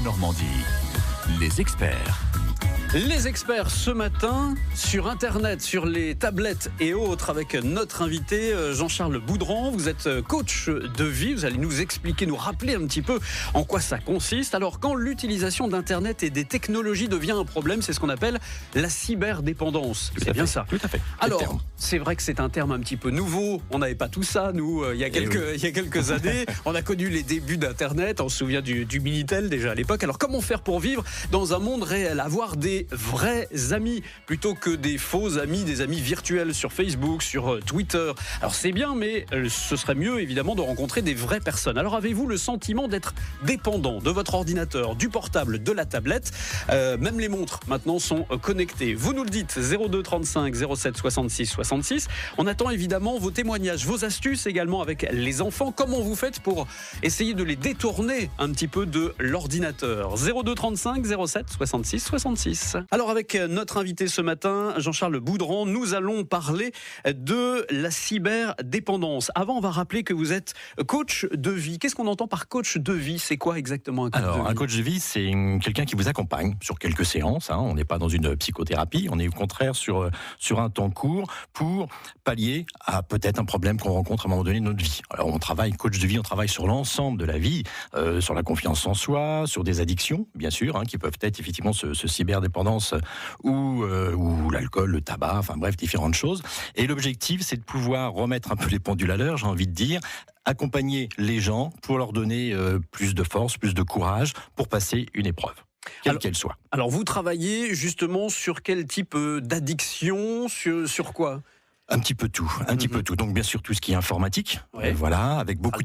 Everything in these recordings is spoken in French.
Normandie. Les experts. Les experts ce matin sur Internet, sur les tablettes et autres avec notre invité Jean-Charles Boudran. Vous êtes coach de vie, vous allez nous expliquer, nous rappeler un petit peu en quoi ça consiste. Alors quand l'utilisation d'Internet et des technologies devient un problème, c'est ce qu'on appelle la cyberdépendance. C'est bien ça. Tout à fait. Alors c'est vrai que c'est un terme un petit peu nouveau, on n'avait pas tout ça nous il y a quelques années. On a connu les débuts d'Internet, on se souvient du Minitel déjà à l'époque. Alors comment faire pour vivre dans un monde réel, avoir des vrais amis plutôt que des faux amis, des amis virtuels sur Facebook, sur Twitter. Alors c'est bien, mais ce serait mieux évidemment de rencontrer des vraies personnes. Alors avez-vous le sentiment d'être dépendant de votre ordinateur, du portable, de la tablette? Même les montres maintenant sont connectées. Vous nous le dites, 02 35 07 66 66. On attend évidemment vos témoignages, vos astuces également avec les enfants. Comment vous faites pour essayer de les détourner un petit peu de l'ordinateur? 02 35 07 66 66. Alors avec notre invité ce matin, Jean-Charles Boudran, nous allons parler de la cyberdépendance. Avant, on va rappeler que vous êtes coach de vie. Qu'est-ce qu'on entend par coach de vie? C'est quoi exactement un coach de vie? Un coach de vie, c'est quelqu'un qui vous accompagne sur quelques séances. On n'est pas dans une psychothérapie, on est au contraire sur un temps court pour pallier à peut-être un problème qu'on rencontre à un moment donné de notre vie. Alors on travaille, coach de vie, on travaille sur l'ensemble de la vie, sur la confiance en soi, sur des addictions, bien sûr, qui peuvent être effectivement ce cyberdépendance ou l'alcool, le tabac, enfin bref, différentes choses. Et l'objectif, c'est de pouvoir remettre un peu les pendules à l'heure, j'ai envie de dire, accompagner les gens pour leur donner plus de force, plus de courage pour passer une épreuve, quelle qu'elle soit. Alors vous travaillez justement sur quel type d'addiction, sur quoi ? Un petit peu tout. Donc bien sûr tout ce qui est informatique, voilà, avec beaucoup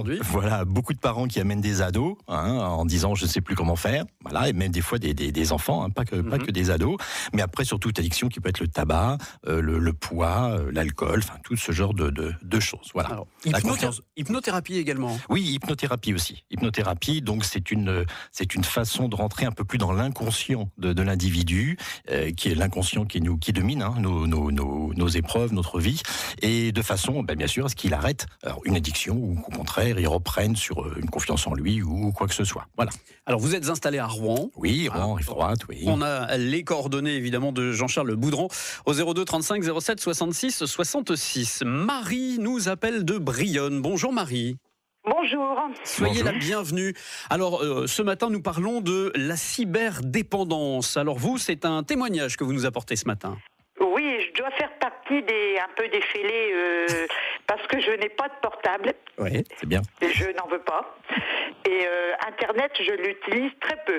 de parents qui amènent des ados, en disant je ne sais plus comment faire, voilà, et même des fois des enfants, pas que des ados, mais après surtout toute addiction qui peut être le tabac, le poids, l'alcool, enfin tout ce genre de choses. Voilà. Alors, hypnothérapie également. Oui, hypnothérapie aussi. Hypnothérapie, donc c'est une façon de rentrer un peu plus dans l'inconscient de l'individu, qui est l'inconscient qui domine nos épreuves, notre vie, et de façon, bien sûr, à ce qu'il arrête une addiction ou qu'au contraire, il reprenne sur une confiance en lui ou quoi que ce soit. Voilà. Alors, vous êtes installé à Rouen. Oui, Rouen, rive droite, oui. On a les coordonnées, évidemment, de Jean-Charles Boudran au 02 35 07 66 66. Marie nous appelle de Brionne. Bonjour Marie. Bonjour. Soyez la bienvenue. Alors, ce matin, nous parlons de la cyberdépendance. Alors vous, c'est un témoignage que vous nous apportez ce matin. Oui, je dois faire partie un peu des fêlés parce que je n'ai pas de portable. Oui, c'est bien. Je n'en veux pas. Et Internet, je l'utilise très peu.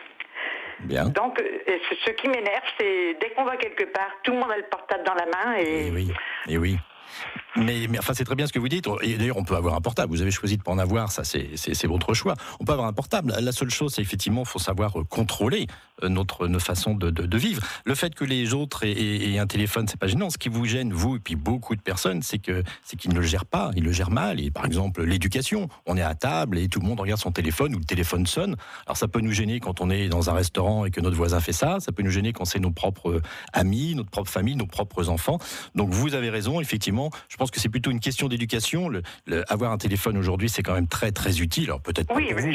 Bien. Donc, ce qui m'énerve, c'est dès qu'on va quelque part, tout le monde a le portable dans la main. Et oui. Mais enfin, c'est très bien ce que vous dites. Et d'ailleurs, on peut avoir un portable. Vous avez choisi de ne pas en avoir, ça, c'est votre choix. On peut avoir un portable. La seule chose, c'est effectivement, il faut savoir contrôler notre façon de vivre. Le fait que les autres aient un téléphone, c'est pas gênant. Ce qui vous gêne, vous et puis beaucoup de personnes, c'est qu'ils ne le gèrent pas. Ils le gèrent mal. Et par exemple, l'éducation. On est à table et tout le monde regarde son téléphone ou le téléphone sonne. Alors, ça peut nous gêner quand on est dans un restaurant et que notre voisin fait ça. Ça peut nous gêner quand c'est nos propres amis, notre propre famille, nos propres enfants. Donc, vous avez raison, effectivement. Je pense que c'est plutôt une question d'éducation. Avoir un téléphone aujourd'hui, c'est quand même très très utile. Alors peut-être pas pour vous.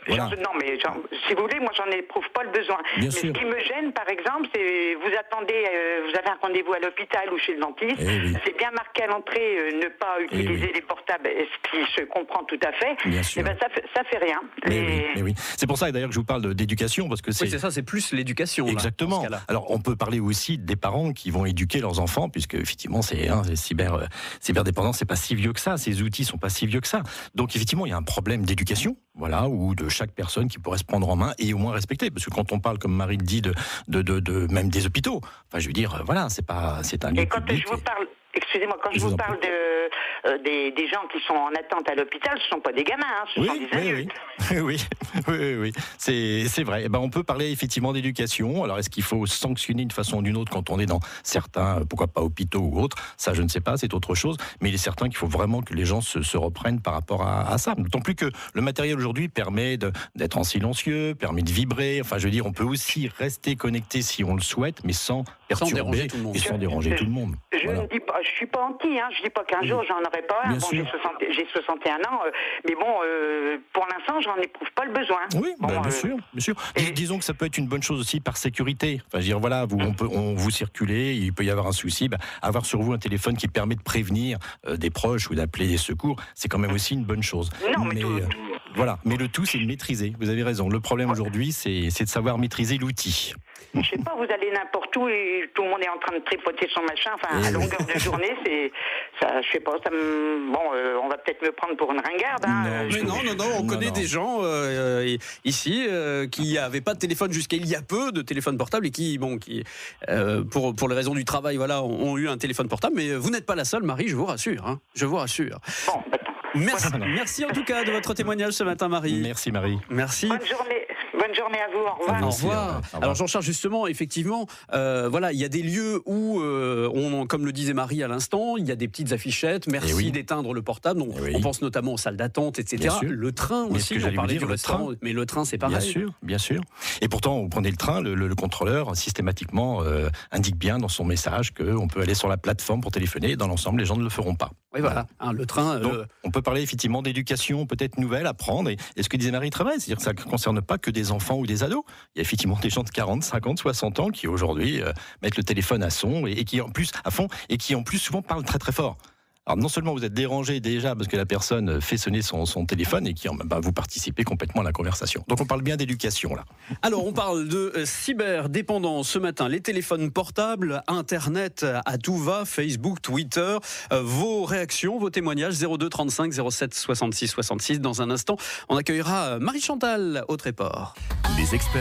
Si vous voulez, moi j'en éprouve pas le besoin. Bien Mais sûr. ce qui me gêne, par exemple, c'est vous avez un rendez-vous à l'hôpital ou chez le dentiste. C'est bien marqué à l'entrée, ne pas utiliser les portables, ce qui se comprend tout à fait. Bien sûr. Ça fait rien. Mais oui. C'est pour ça d'ailleurs que je vous parle d'éducation, parce que c'est plus l'éducation. Exactement. Là, alors on peut parler aussi des parents qui vont éduquer leurs enfants, puisque effectivement c'est cyberdépendance, c'est pas si vieux que ça, ces outils sont pas si vieux que ça. Donc effectivement, il y a un problème d'éducation, voilà, ou de chaque personne qui pourrait se prendre en main et au moins respecter, parce que quand on parle, comme Marie le dit, de même des hôpitaux, enfin je veux dire, voilà, c'est un lieu et quand public. Je vous parle, excusez-moi, quand je vous parle des gens qui sont en attente à l'hôpital, ce ne sont pas des gamins, ce sont des adultes. Oui, c'est vrai. On peut parler effectivement d'éducation. Alors, est-ce qu'il faut sanctionner d'une façon ou d'une autre quand on est dans certains, pourquoi pas hôpitaux ou autres? Ça, je ne sais pas, c'est autre chose. Mais il est certain qu'il faut vraiment que les gens se reprennent par rapport à ça. D'autant plus que le matériel aujourd'hui permet d'être en silencieux, permet de vibrer. Enfin, je veux dire, on peut aussi rester connecté si on le souhaite, mais sans perturber et sans déranger tout le monde. Je je suis pas anti, hein. Je dis pas qu'un jour j'en aurai pas un. Bon, j'ai 61 ans, mais bon, pour l'instant, j'en éprouve pas le besoin. Oui, bon, bien sûr. Disons que ça peut être une bonne chose aussi par sécurité. Enfin, je veux dire, voilà, vous circulez, il peut y avoir un souci, avoir sur vous un téléphone qui permet de prévenir des proches ou d'appeler des secours, c'est quand même aussi une bonne chose. Non, mais voilà. Mais le tout, c'est de maîtriser. Vous avez raison. Le problème aujourd'hui, c'est de savoir maîtriser l'outil. Je sais pas, vous allez n'importe où et tout le monde est en train de tripoter son machin. Enfin, à longueur de journée, c'est ça. Je sais pas. On va peut-être me prendre pour une ringarde. Hein. Non. On connaît des gens ici qui n'avaient pas de téléphone jusqu'à il y a peu, de téléphone portable et qui pour les raisons du travail, voilà, ont eu un téléphone portable. Mais vous n'êtes pas la seule, Marie. Je vous rassure. Hein, je vous rassure. Bon, Merci en tout cas de votre témoignage ce matin, Marie. Merci, Marie. Merci. Bonne journée à vous. Au revoir. Au revoir. Alors Jean-Charles, justement, effectivement, voilà, il y a des lieux où, comme le disait Marie à l'instant, il y a des petites affichettes. Merci d'éteindre le portable. Donc, on pense notamment aux salles d'attente, etc. Le train aussi. On parlait du restaurant, mais le train, c'est pareil. Bien sûr. Et pourtant, vous prenez le train, le contrôleur systématiquement indique bien dans son message qu'on peut aller sur la plateforme pour téléphoner. Dans l'ensemble, les gens ne le feront pas. Oui, voilà. Le train. Donc, on peut parler effectivement d'éducation peut-être nouvelle à prendre. Et ce que disait Marie très bien, c'est-à-dire que ça ne concerne pas que des enfants ou des ados. Il y a effectivement des gens de 40, 50, 60 ans qui aujourd'hui mettent le téléphone à son et qui en plus à fond et qui en plus souvent parlent très très fort. Alors non seulement vous êtes dérangé déjà parce que la personne fait sonner son téléphone et qui vous participez complètement à la conversation. Donc on parle bien d'éducation là. Alors on parle de cyberdépendance ce matin. Les téléphones portables, Internet à tout va, Facebook, Twitter. Vos réactions, vos témoignages 02 35 07 66 66. Dans un instant, on accueillera Marie-Chantal au Tréport. Les experts,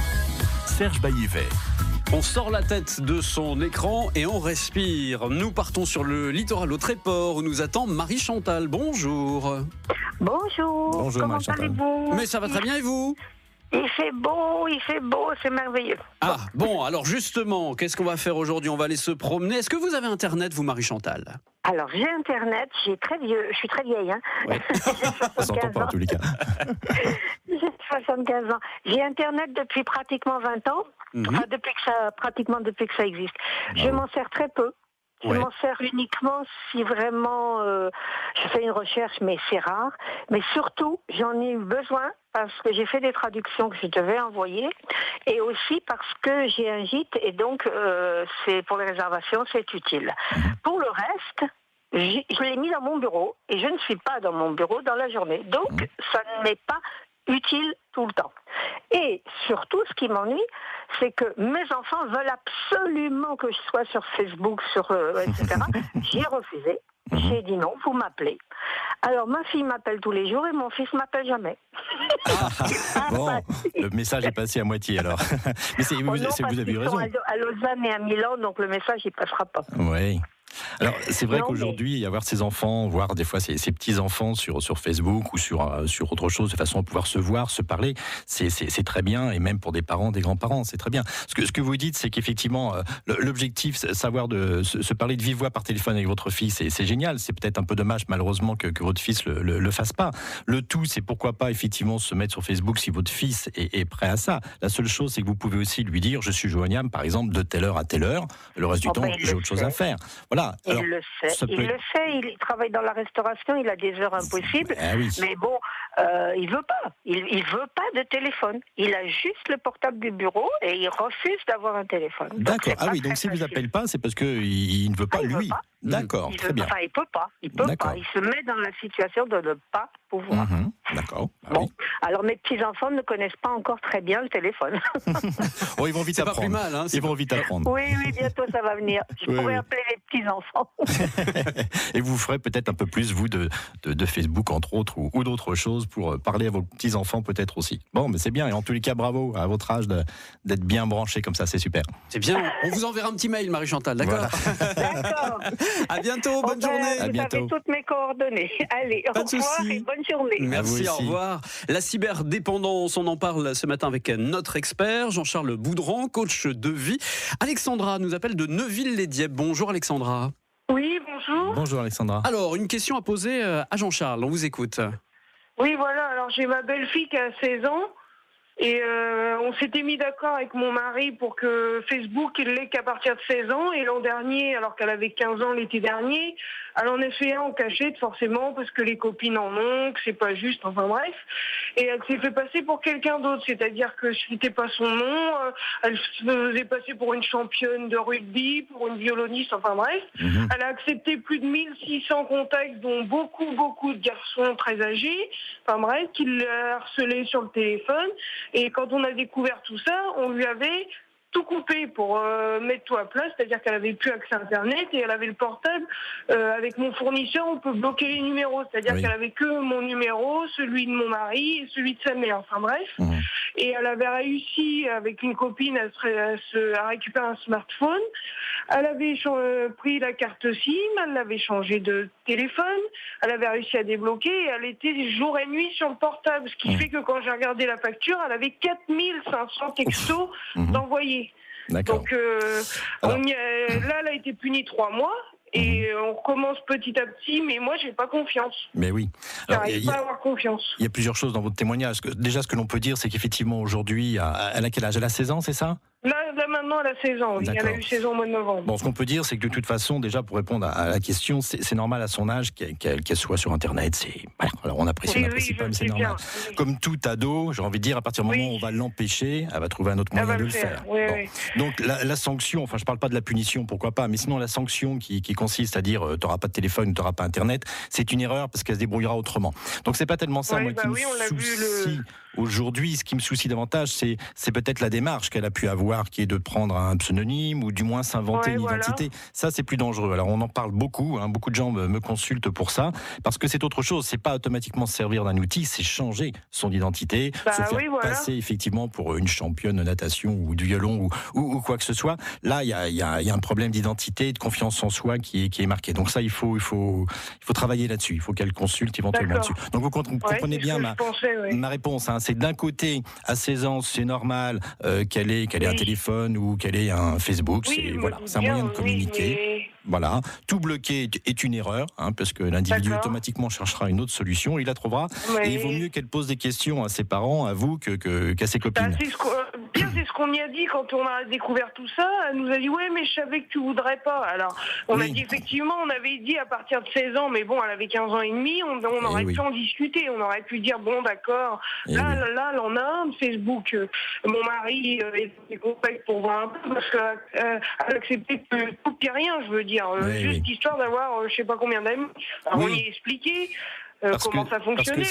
Serge Baillivet. On sort la tête de son écran et on respire. Nous partons sur le littoral au Tréport où nous attend Marie-Chantal. Bonjour. Bonjour. Comment allez-vous? Mais ça va très bien et vous? Il fait beau, c'est merveilleux. Ah, bon, alors justement, qu'est-ce qu'on va faire aujourd'hui? On va aller se promener. Est-ce que vous avez Internet, vous, Marie-Chantal? Alors, j'ai Internet, je suis très vieille. Hein. Ouais. Ça s'entend pas en tous les cas. J'ai 75 ans. J'ai Internet depuis pratiquement 20 ans, enfin, depuis que ça existe. Je m'en sers très peu. Je m'en sers uniquement si vraiment je fais une recherche, mais c'est rare. Mais surtout, j'en ai eu besoin parce que j'ai fait des traductions que je devais envoyer et aussi parce que j'ai un gîte et donc c'est pour les réservations, c'est utile. Pour le reste, je l'ai mis dans mon bureau et je ne suis pas dans mon bureau dans la journée. Donc, ça ne m'est pas utile tout le temps. Et surtout, ce qui m'ennuie, c'est que mes enfants veulent absolument que je sois sur Facebook, etc. J'ai refusé. J'ai dit non, vous m'appelez. Alors, ma fille m'appelle tous les jours et mon fils m'appelle jamais. Bon, le message est passé à moitié alors. Mais vous avez eu raison. Ils sont à Lausanne et à Milan, donc le message, il passera pas. Oui. Alors, c'est vrai qu'aujourd'hui, avoir ses enfants, voir des fois ses petits-enfants sur Facebook ou sur autre chose, de façon à pouvoir se voir, se parler, c'est très bien, et même pour des parents, des grands-parents, c'est très bien. Ce que vous dites, c'est qu'effectivement, l'objectif, savoir se parler de vive voix par téléphone avec votre fils, c'est génial. C'est peut-être un peu dommage, malheureusement, que votre fils le fasse pas. Le tout, c'est pourquoi pas, effectivement, se mettre sur Facebook si votre fils est prêt à ça. La seule chose, c'est que vous pouvez aussi lui dire, je suis joignable, par exemple, de telle heure à telle heure. Le reste du temps, j'ai autre chose à faire. Voilà. Alors, il le sait, il travaille dans la restauration, il a des heures impossibles, mais bon, il veut pas. Il veut pas de téléphone. Il a juste le portable du bureau et il refuse d'avoir un téléphone. D'accord. Donc s'il vous appelle pas, c'est parce que il ne veut pas lui. D'accord, très bien. Enfin, il peut pas. Il se met dans la situation de ne pas pouvoir. D'accord. Bon. Alors mes petits enfants ne connaissent pas encore très bien le téléphone. Oh, ils vont vite apprendre. Pas plus mal, hein, ils vont vite apprendre. Oui, bientôt ça va venir. Je pourrais appeler les petits enfants. Et vous ferez peut-être un peu plus vous de Facebook entre autres ou d'autres choses pour parler à vos petits enfants peut-être aussi. Bon, mais c'est bien. Et en tous les cas, bravo à votre âge d'être bien branché comme ça, c'est super. C'est bien. On vous enverra un petit mail, Marie-Chantal. D'accord. Voilà. D'accord. À bientôt, bonne journée. Vous avez toutes mes coordonnées. Allez, au revoir et bonne journée. Merci, au revoir. La cyberdépendance, on en parle ce matin avec notre expert, Jean-Charles Boudran, coach de vie. Alexandra nous appelle de Neuville-les-Dieppe. Bonjour Alexandra. Oui, bonjour. Bonjour Alexandra. Alors, une question à poser à Jean-Charles, on vous écoute. Oui, voilà, alors j'ai ma belle-fille qui a 16 ans et on s'était mis d'accord avec mon mari pour que Facebook, il l'ait qu'à partir de 16 ans. Et l'an dernier, alors qu'elle avait 15 ans l'été dernier, elle en a fait un en cachette, forcément, parce que les copines en ont, que c'est pas juste, enfin bref. Et elle s'est fait passer pour quelqu'un d'autre, c'est-à-dire que c'était pas son nom, elle se faisait passer pour une championne de rugby, pour une violoniste, enfin bref. Elle a accepté plus de 1600 contacts, dont beaucoup de garçons très âgés, enfin bref, qui la harcelaient sur le téléphone. Et quand on a découvert tout ça, on lui avait tout coupé pour mettre tout à plat, c'est-à-dire qu'elle avait plus accès à Internet et elle avait le portable. Avec mon fournisseur, on peut bloquer les numéros, c'est-à-dire qu'elle avait que mon numéro, celui de mon mari et celui de sa mère, enfin bref. Et elle avait réussi, avec une copine, à récupérer un smartphone. Elle avait pris la carte SIM, elle l'avait changé de téléphone, elle avait réussi à débloquer et elle était jour et nuit sur le portable, ce qui fait que quand j'ai regardé la facture, elle avait 4500 textos d'envoyés. Donc là, elle a été punie 3 mois. Et on recommence petit à petit, mais moi, j'ai pas confiance. Mais oui. J'arrive pas à avoir confiance. Il y a plusieurs choses dans votre témoignage. Déjà, ce que l'on peut dire, c'est qu'effectivement, aujourd'hui, elle a quel âge ? Elle a 16 ans, c'est ça ? Là, maintenant, elle a 16 ans. Oui. Elle a eu 16 ans au mois de novembre. Bon, ce qu'on peut dire, c'est que de toute façon, déjà, pour répondre à la question, c'est normal à son âge qu'elle soit sur Internet. Alors, on apprécie, on n'apprécie pas, mais c'est normal. Oui. Comme tout ado, j'ai envie de dire, à partir du moment où on va l'empêcher, elle va trouver un autre moyen de le faire. Oui. Donc, la sanction, enfin, je parle pas de la punition, pourquoi pas, mais sinon, la sanction qui consiste à dire, tu n'auras pas de téléphone, tu n'auras pas Internet, c'est une erreur parce qu'elle se débrouillera autrement. Donc, c'est pas tellement ça, moi, qui me soucie aujourd'hui. Ce qui me soucie davantage, c'est peut-être la démarche qu'elle a pu avoir, qui est de prendre un pseudonyme ou du moins s'inventer une identité. Ça, c'est plus dangereux. Alors, on en parle beaucoup. Beaucoup de gens me consultent pour ça parce que c'est autre chose. C'est pas automatiquement se servir d'un outil, c'est changer son identité, se faire passer effectivement pour une championne de natation ou du violon ou quoi que ce soit. Là, il y a un problème d'identité, de confiance en soi qui est marqué. Donc ça, il faut travailler là-dessus. Il faut qu'elle consulte éventuellement là-dessus. Donc vous comprenez bien ma réponse. C'est d'un côté, à 16 ans, c'est normal qu'elle ait un téléphone ou qu'elle ait un Facebook. C'est un moyen de communiquer. Voilà. Tout bloquer est une erreur, parce que l'individu automatiquement cherchera une autre solution, il la trouvera. Et il vaut mieux qu'elle pose des questions à ses parents, à vous, qu'à ses copines. C'est ce qu'on y a dit quand on a découvert tout ça. Elle nous a dit mais je savais que tu voudrais pas. Alors on a dit effectivement, on avait dit à partir de 16 ans, mais bon, elle avait 15 ans et demi, on aurait pu en discuter, on aurait pu dire bon d'accord, là elle en a un de Facebook. Mon mari est contact pour voir un peu parce qu'elle acceptait que tout et rien, je veux dire, juste histoire d'avoir je sais pas combien d'amis. Alors on y a expliqué comment ça fonctionnait.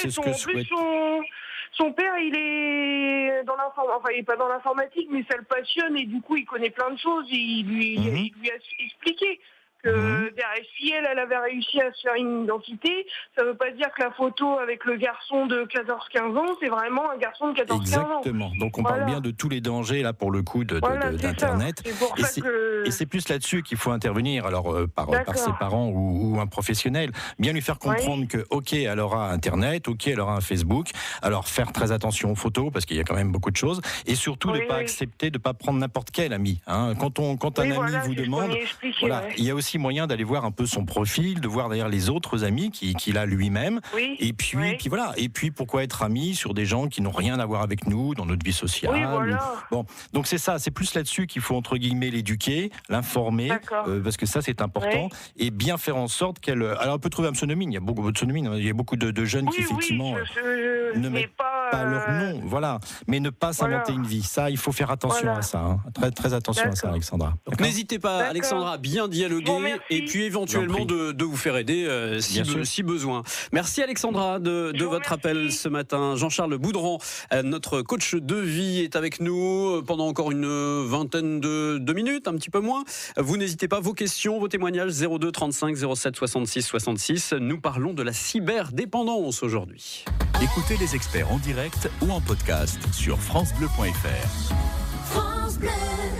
Son père, il est dans l'informatique, enfin il est pas dans l'informatique, mais ça le passionne et du coup il connaît plein de choses. Il lui a expliqué que si elle avait réussi à se faire une identité, ça veut pas dire que la photo avec le garçon de 14-15 ans, c'est vraiment un garçon de 14-15 ans. Exactement. Donc on parle bien de tous les dangers là pour le coup d'Internet. Et c'est plus là-dessus qu'il faut intervenir. Alors par ses parents ou un professionnel, bien lui faire comprendre que elle aura Internet, elle aura un Facebook. Alors faire très attention aux photos parce qu'il y a quand même beaucoup de choses et surtout de pas accepter de pas prendre n'importe quel ami. Quand un ami vous demande, il y a aussi moyen d'aller voir un peu son profil, de voir d'ailleurs les autres amis qu'il a lui-même. Et puis pourquoi être ami sur des gens qui n'ont rien à voir avec nous dans notre vie sociale. Bon, donc c'est ça, c'est plus là-dessus qu'il faut entre guillemets l'éduquer, l'informer, parce que ça c'est important et bien faire en sorte qu'elle. Alors elle peut trouver un pseudonyme, il y a beaucoup de pseudonymes, il y a beaucoup de jeunes qui effectivement ne mettent pas leur nom, mais ne pas s'inventer une vie. Ça, il faut faire attention à ça, très très attention à ça, Alexandra. Donc n'hésitez pas, Alexandra, à bien dialoguer. Et puis éventuellement de vous faire aider si besoin. Merci Alexandra de votre appel ce matin. Jean-Charles Boudran, notre coach de vie, est avec nous pendant encore une vingtaine de minutes, un petit peu moins. Vous n'hésitez pas, vos questions, vos témoignages, 02 35 07 66 66. Nous parlons de la cyberdépendance aujourd'hui. Écoutez les experts en direct ou en podcast sur francebleu.fr. France Bleu.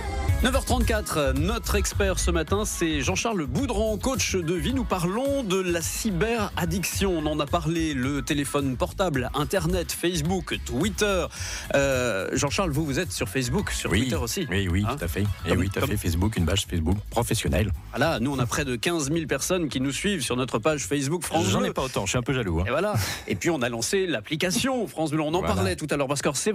9h34, notre expert ce matin, c'est Jean-Charles Boudran, coach de vie. Nous parlons de la cyberaddiction. On en a parlé, le téléphone portable, Internet, Facebook, Twitter. Jean-Charles, vous êtes sur Facebook, sur Twitter aussi. Oui, tout à fait. Facebook, une page Facebook professionnelle. Voilà, nous on a près de 15 000 personnes qui nous suivent sur notre page Facebook France Bleu. J'en ai pas autant, je suis un peu jaloux. Et voilà. Et puis on a lancé l'application France Bleu. On en parlait tout à l'heure parce que c'est vrai.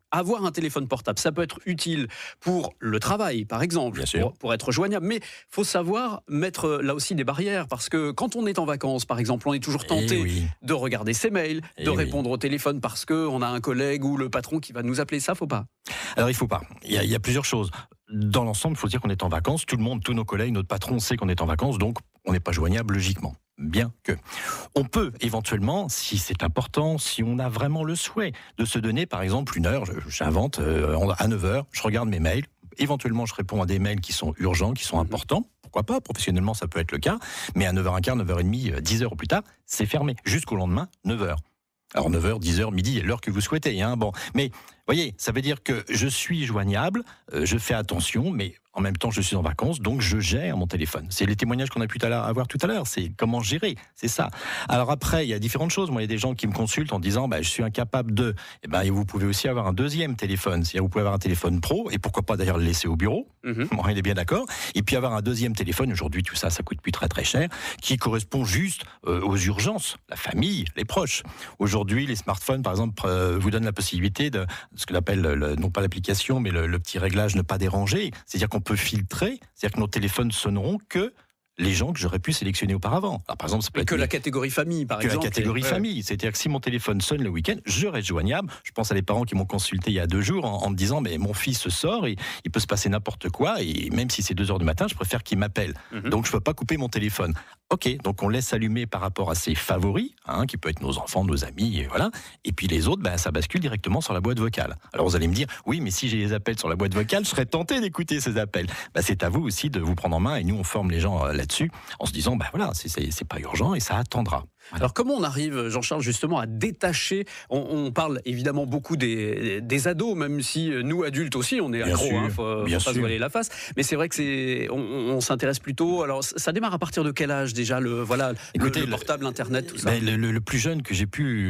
avoir un téléphone portable, ça peut être utile pour le travail, par exemple, pour être joignable. Mais il faut savoir mettre là aussi des barrières, parce que quand on est en vacances, par exemple, on est toujours tenté de regarder ses mails, de répondre au téléphone parce qu'on a un collègue ou le patron qui va nous appeler. Ça, faut pas. Alors, il faut pas. Il y a plusieurs choses. Dans l'ensemble, il faut dire qu'on est en vacances. Tout le monde, tous nos collègues, notre patron sait qu'on est en vacances, donc on n'est pas joignable logiquement. Bien que. On peut éventuellement, si c'est important, si on a vraiment le souhait de se donner par exemple une heure, j'invente, à 9h, je regarde mes mails, éventuellement je réponds à des mails qui sont urgents, qui sont importants, pourquoi pas, professionnellement ça peut être le cas, mais à 9h15, 9h30, 10h au plus tard, c'est fermé, jusqu'au lendemain, 9h. Alors 9h, 10h, midi, l'heure que vous souhaitez. Bon. Mais voyez, ça veut dire que je suis joignable, je fais attention, mais en même temps je suis en vacances, donc je gère mon téléphone. C'est les témoignages qu'on a pu avoir tout à l'heure, c'est comment gérer, c'est ça. Alors après, il y a différentes choses. Moi, il y a des gens qui me consultent en disant je suis incapable de... Et vous pouvez aussi avoir un deuxième téléphone, c'est-à-dire vous pouvez avoir un téléphone pro, et pourquoi pas d'ailleurs le laisser au bureau, Bon, il est bien d'accord, et puis avoir un deuxième téléphone, aujourd'hui tout ça, ça coûte plus très très cher, qui correspond juste aux urgences, la famille, les proches. Aujourd'hui, les smartphones, par exemple, vous donnent la possibilité de ce qu'on appelle, non pas l'application, mais le petit réglage ne pas déranger, c'est-à-dire qu'on peut filtrer, c'est-à-dire que nos téléphones sonneront que les gens que j'aurais pu sélectionner auparavant. Alors, par exemple, ça peut être la catégorie famille, par exemple. La catégorie famille, c'est-à-dire que si mon téléphone sonne le week-end, je reste joignable. Je pense à des parents qui m'ont consulté il y a 2 jours en me disant mais mon fils sort et il peut se passer n'importe quoi et même si c'est 2h du matin, je préfère qu'il m'appelle. Donc je peux pas couper mon téléphone. Ok, donc on laisse allumer par rapport à ses favoris, qui peut être nos enfants, nos amis, et voilà. Et puis les autres, ça bascule directement sur la boîte vocale. Alors vous allez me dire, oui, mais si j'ai les appels sur la boîte vocale, je serais tenté d'écouter ces appels. C'est à vous aussi de vous prendre en main et nous on forme les gens là-dessus en se disant, voilà, c'est pas urgent et ça attendra. Voilà. Alors comment on arrive, Jean-Charles, justement à détacher, on parle évidemment beaucoup des ados, même si nous adultes aussi on est accros, faut pas se voiler la face, mais c'est vrai que on s'intéresse plutôt, alors ça démarre à partir de quel âge déjà, le portable, internet, tout ça? Le plus jeune que j'ai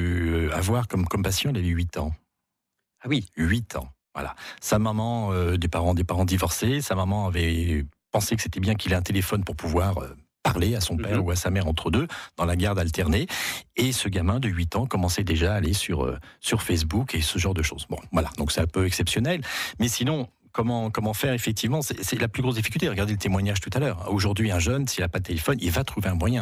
pu avoir comme passion, il avait 8 ans. Ah oui. 8 ans, voilà. Sa maman, des parents divorcés, sa maman avait pensé que c'était bien qu'il ait un téléphone pour pouvoir... parler à son père ou à sa mère entre deux, dans la garde alternée. Et ce gamin de 8 ans commençait déjà à aller sur Facebook et ce genre de choses. Bon, voilà, donc c'est un peu exceptionnel. Mais sinon, comment faire effectivement, c'est la plus grosse difficulté. Regardez le témoignage tout à l'heure. Aujourd'hui, un jeune, s'il n'a pas de téléphone, il va trouver un moyen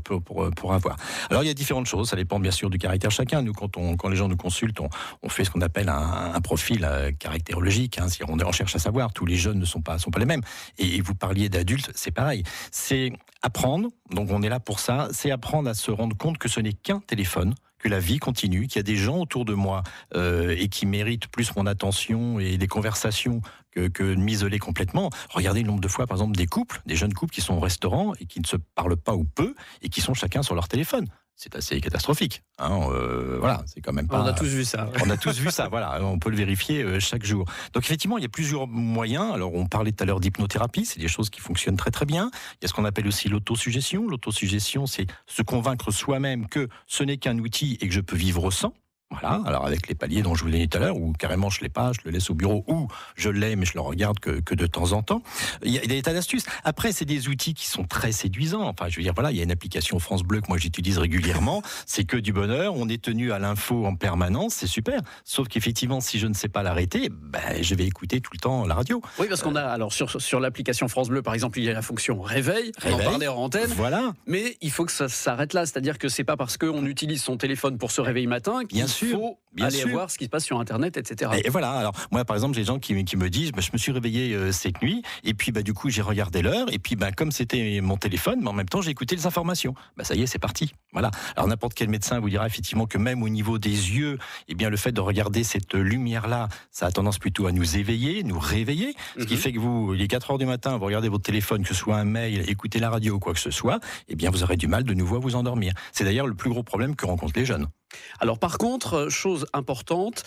pour avoir. Alors il y a différentes choses, ça dépend bien sûr du caractère de chacun. Nous, quand les gens nous consultent, on fait ce qu'on appelle un profil caractérologique. On cherche à savoir, tous les jeunes ne sont pas les mêmes. Et vous parliez d'adultes, c'est pareil. C'est apprendre, donc on est là pour ça, c'est apprendre à se rendre compte que ce n'est qu'un téléphone, que la vie continue, qu'il y a des gens autour de moi et qui méritent plus mon attention et des conversations que de m'isoler complètement. Regardez le nombre de fois, par exemple, des jeunes couples qui sont au restaurant et qui ne se parlent pas ou peu et qui sont chacun sur leur téléphone. C'est assez catastrophique. Voilà, c'est quand même pas... On a tous vu ça. On a tous vu ça, voilà. On peut le vérifier chaque jour. Donc effectivement, il y a plusieurs moyens. Alors on parlait tout à l'heure d'hypnothérapie, c'est des choses qui fonctionnent très très bien. Il y a ce qu'on appelle aussi l'autosuggestion. L'autosuggestion, c'est se convaincre soi-même que ce n'est qu'un outil et que je peux vivre sans. Voilà, alors avec les paliers dont je vous l'ai dit tout à l'heure, ou carrément je l'ai pas, je le laisse au bureau, ou je l'ai mais je le regarde que de temps en temps. Il y a des tas d'astuces. Après, c'est des outils qui sont très séduisants. Enfin, je veux dire, voilà, il y a une application France Bleu que moi j'utilise régulièrement. C'est que du bonheur. On est tenu à l'info en permanence, c'est super. Sauf qu'effectivement, si je ne sais pas l'arrêter, je vais écouter tout le temps la radio. Oui, parce qu'on a, alors sur l'application France Bleu, par exemple, il y a la fonction réveil. On en parlait en antenne. Voilà. Mais il faut que ça s'arrête là. C'est-à-dire que c'est pas parce qu'on utilise son téléphone pour se réveiller matin qu'il faut aller voir ce qui se passe sur Internet, etc. Et voilà, alors moi par exemple, j'ai des gens qui me disent je me suis réveillé cette nuit, et puis du coup j'ai regardé l'heure, et puis comme c'était mon téléphone, mais en même temps j'ai écouté les informations. Ça y est, c'est parti. Voilà. Alors n'importe quel médecin vous dira effectivement que même au niveau des yeux, le fait de regarder cette lumière-là, ça a tendance plutôt à nous éveiller, nous réveiller, ce qui fait que vous, il est 4h du matin, vous regardez votre téléphone, que ce soit un mail, écoutez la radio ou quoi que ce soit, vous aurez du mal de nouveau à vous endormir. C'est d'ailleurs le plus gros problème que rencontrent les jeunes. Alors par contre, chose importante,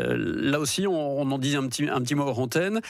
là aussi on en dit un petit mot hors antenne,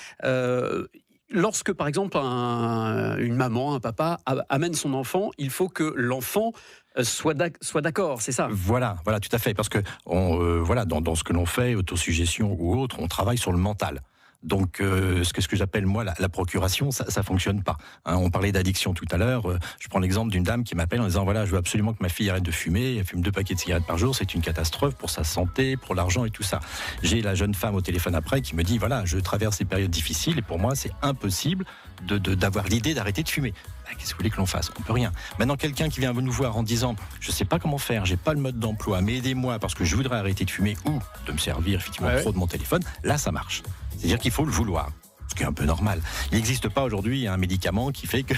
lorsque par exemple une maman, un papa amène son enfant, il faut que l'enfant soit d'accord, c'est ça? Voilà, tout à fait, parce que dans ce que l'on fait, autosuggestion ou autre, on travaille sur le mental. Donc, ce que j'appelle, moi, la procuration, ça fonctionne pas. Hein, on parlait d'addiction tout à l'heure. Je prends l'exemple d'une dame qui m'appelle en disant, voilà, je veux absolument que ma fille arrête de fumer. Elle fume 2 paquets de cigarettes par jour. C'est une catastrophe pour sa santé, pour l'argent et tout ça. J'ai la jeune femme au téléphone après qui me dit, voilà, je traverse des périodes difficiles et pour moi, c'est impossible d'avoir l'idée d'arrêter de fumer. Qu'est-ce que vous voulez que l'on fasse? On peut rien. Maintenant, quelqu'un qui vient nous voir en disant, je sais pas comment faire, j'ai pas le mode d'emploi, mais aidez-moi parce que je voudrais arrêter de fumer ou de me servir effectivement trop de mon téléphone, là, ça marche. C'est-à-dire qu'il faut le vouloir. Ce qui est un peu normal. Il n'existe pas aujourd'hui un médicament qui fait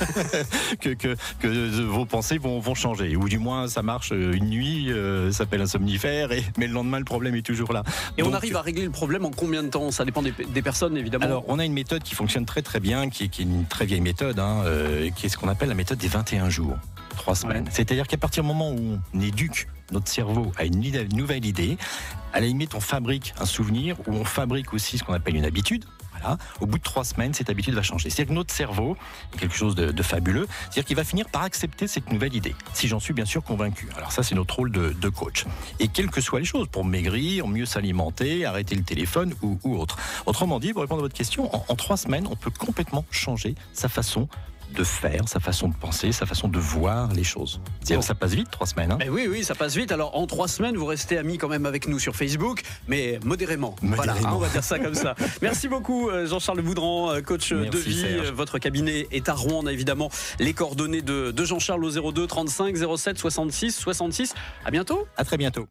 que vos pensées vont changer. Ou du moins, ça marche une nuit, ça s'appelle un somnifère, mais le lendemain, le problème est toujours là. Et donc, on arrive à régler le problème en combien de temps? Ça dépend des personnes, évidemment. Alors, on a une méthode qui fonctionne très très bien, qui est une très vieille méthode, qui est ce qu'on appelle la méthode des 21 jours. 3 semaines. Ouais. C'est-à-dire qu'à partir du moment où on éduque notre cerveau à une nouvelle idée, à la limite, on fabrique un souvenir, ou on fabrique aussi ce qu'on appelle une habitude. Au bout de 3 semaines, cette habitude va changer. C'est-à-dire que notre cerveau est quelque chose de fabuleux. C'est-à-dire qu'il va finir par accepter cette nouvelle idée. Si j'en suis bien sûr convaincu. Alors ça, c'est notre rôle de coach. Et quelles que soient les choses, pour maigrir, mieux s'alimenter, arrêter le téléphone ou autre. Autrement dit, pour répondre à votre question, en 3 semaines, on peut complètement changer sa façon de faire, sa façon de penser, sa façon de voir les choses. Ça passe vite, 3 semaines. Hein. Oui, ça passe vite. Alors, en 3 semaines, vous restez amis quand même avec nous sur Facebook, mais modérément. Voilà, on va dire ça comme ça. Merci beaucoup, Jean-Charles Boudran, coach de vie. Serge. Votre cabinet est à Rouen. On a évidemment les coordonnées de Jean-Charles au 02 35 07 66 66. À bientôt. À très bientôt.